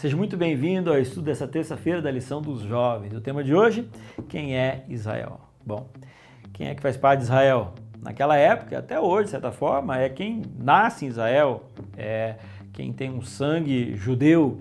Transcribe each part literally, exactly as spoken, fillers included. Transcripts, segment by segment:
Seja muito bem-vindo ao estudo dessa terça-feira da lição dos jovens. O tema de hoje, quem é Israel? Bom, quem é que faz parte de Israel? Naquela época, até hoje, de certa forma, é quem nasce em Israel, é quem tem um sangue judeu.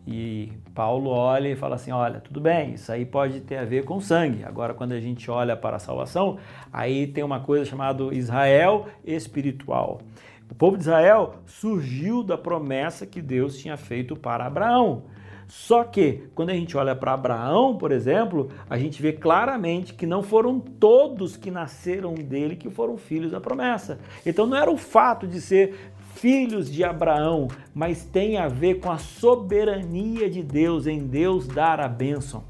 E Paulo olha e fala assim, olha, tudo bem, isso aí pode ter a ver com sangue. Agora, quando a gente olha para a salvação, aí tem uma coisa chamada Israel espiritual. O povo de Israel surgiu da promessa que Deus tinha feito para Abraão. Só que, quando a gente olha para Abraão, por exemplo, a gente vê claramente que não foram todos que nasceram dele que foram filhos da promessa. Então não era o fato de ser filhos de Abraão, mas tem a ver com a soberania de Deus, em Deus dar a bênção.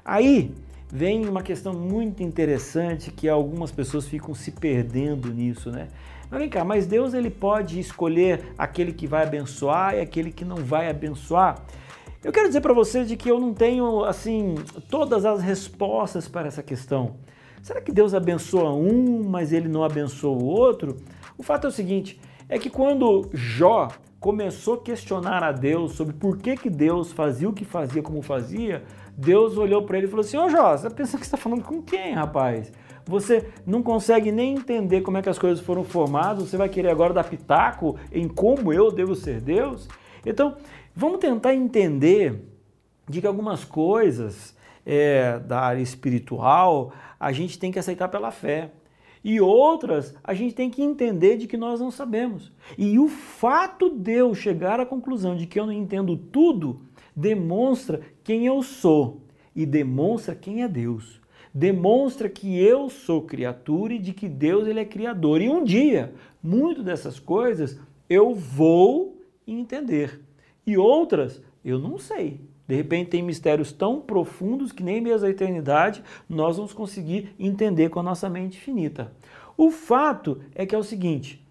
Aí vem uma questão muito interessante que algumas pessoas ficam se perdendo nisso, né? Mas vem cá, mas Deus ele pode escolher aquele que vai abençoar e aquele que não vai abençoar? Eu quero dizer para vocês de que eu não tenho, assim, todas as respostas para essa questão. Será que Deus abençoa um, mas ele não abençoa o outro? O fato é o seguinte, é que quando Jó começou a questionar a Deus sobre por que, que Deus fazia o que fazia como fazia, Deus olhou para ele e falou assim, ô Jó, você está pensando que você está falando com quem, rapaz? Você não consegue nem entender como é que as coisas foram formadas, você vai querer agora dar pitaco em como eu devo ser Deus? Então, vamos tentar entender de que algumas coisas é, da área espiritual a gente tem que aceitar pela fé. E outras a gente tem que entender de que nós não sabemos. E o fato de eu chegar à conclusão de que eu não entendo tudo, demonstra quem eu sou e demonstra quem é Deus. Demonstra que eu sou criatura e de que Deus ele é criador. E um dia, muito dessas coisas eu vou entender. E outras eu não sei. De repente tem mistérios tão profundos que nem mesmo a eternidade nós vamos conseguir entender com a nossa mente finita. O fato é que é o seguinte,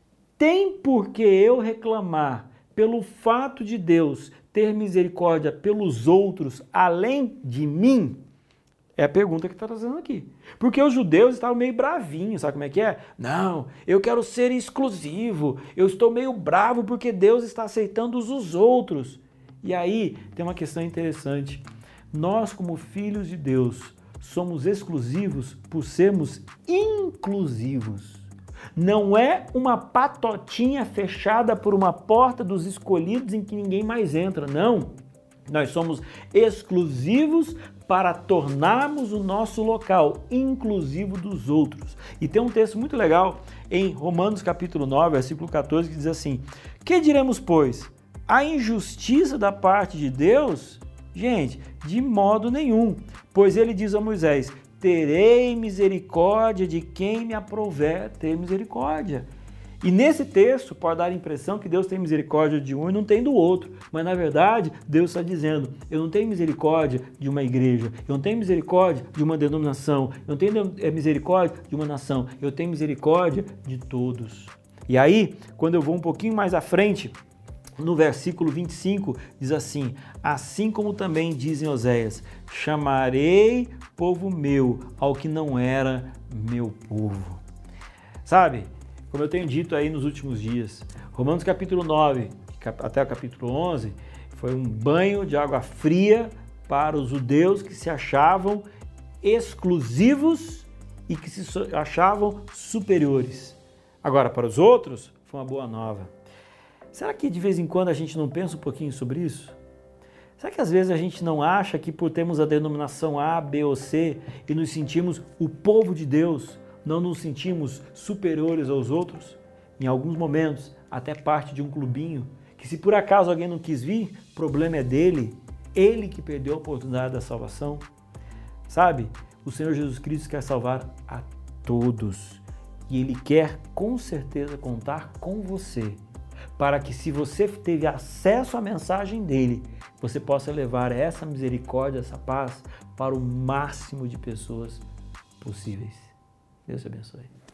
tem por que eu reclamar pelo fato de Deus ter misericórdia pelos outros além de mim? É a pergunta que está trazendo aqui. Porque os judeus estavam meio bravinhos, sabe como é que é? Não, eu quero ser exclusivo, eu estou meio bravo porque Deus está aceitando os outros. E aí tem uma questão interessante. Nós, como filhos de Deus, somos exclusivos por sermos inclusivos. Não é uma patotinha fechada por uma porta dos escolhidos em que ninguém mais entra, não. Nós somos exclusivos para tornarmos o nosso local inclusivo dos outros. E tem um texto muito legal em Romanos capítulo nove, versículo quatorze, que diz assim, que diremos, pois? A injustiça da parte de Deus? Gente, de modo nenhum, pois ele diz a Moisés, terei misericórdia de quem me aprouver ter misericórdia. E nesse texto pode dar a impressão que Deus tem misericórdia de um e não tem do outro. Mas na verdade, Deus está dizendo, eu não tenho misericórdia de uma igreja, eu não tenho misericórdia de uma denominação, eu não tenho misericórdia de uma nação, eu tenho misericórdia de todos. E aí, quando eu vou um pouquinho mais à frente, no versículo vinte e cinco, diz assim, assim como também dizem Oséias, chamarei povo meu ao que não era meu povo. Sabe? Como eu tenho dito aí nos últimos dias, Romanos capítulo nove até o capítulo onze foi um banho de água fria para os judeus que se achavam exclusivos e que se achavam superiores. Agora, para os outros, foi uma boa nova. Será que de vez em quando a gente não pensa um pouquinho sobre isso? Será que às vezes a gente não acha que por termos a denominação A, B ou C e nos sentimos o povo de Deus, não nos sentimos superiores aos outros? Em alguns momentos, até parte de um clubinho, que se por acaso alguém não quis vir, o problema é dele, ele que perdeu a oportunidade da salvação. Sabe, o Senhor Jesus Cristo quer salvar a todos e Ele quer com certeza contar com você, para que se você teve acesso à mensagem dele, você possa levar essa misericórdia, essa paz para o máximo de pessoas possíveis. Deus te abençoe.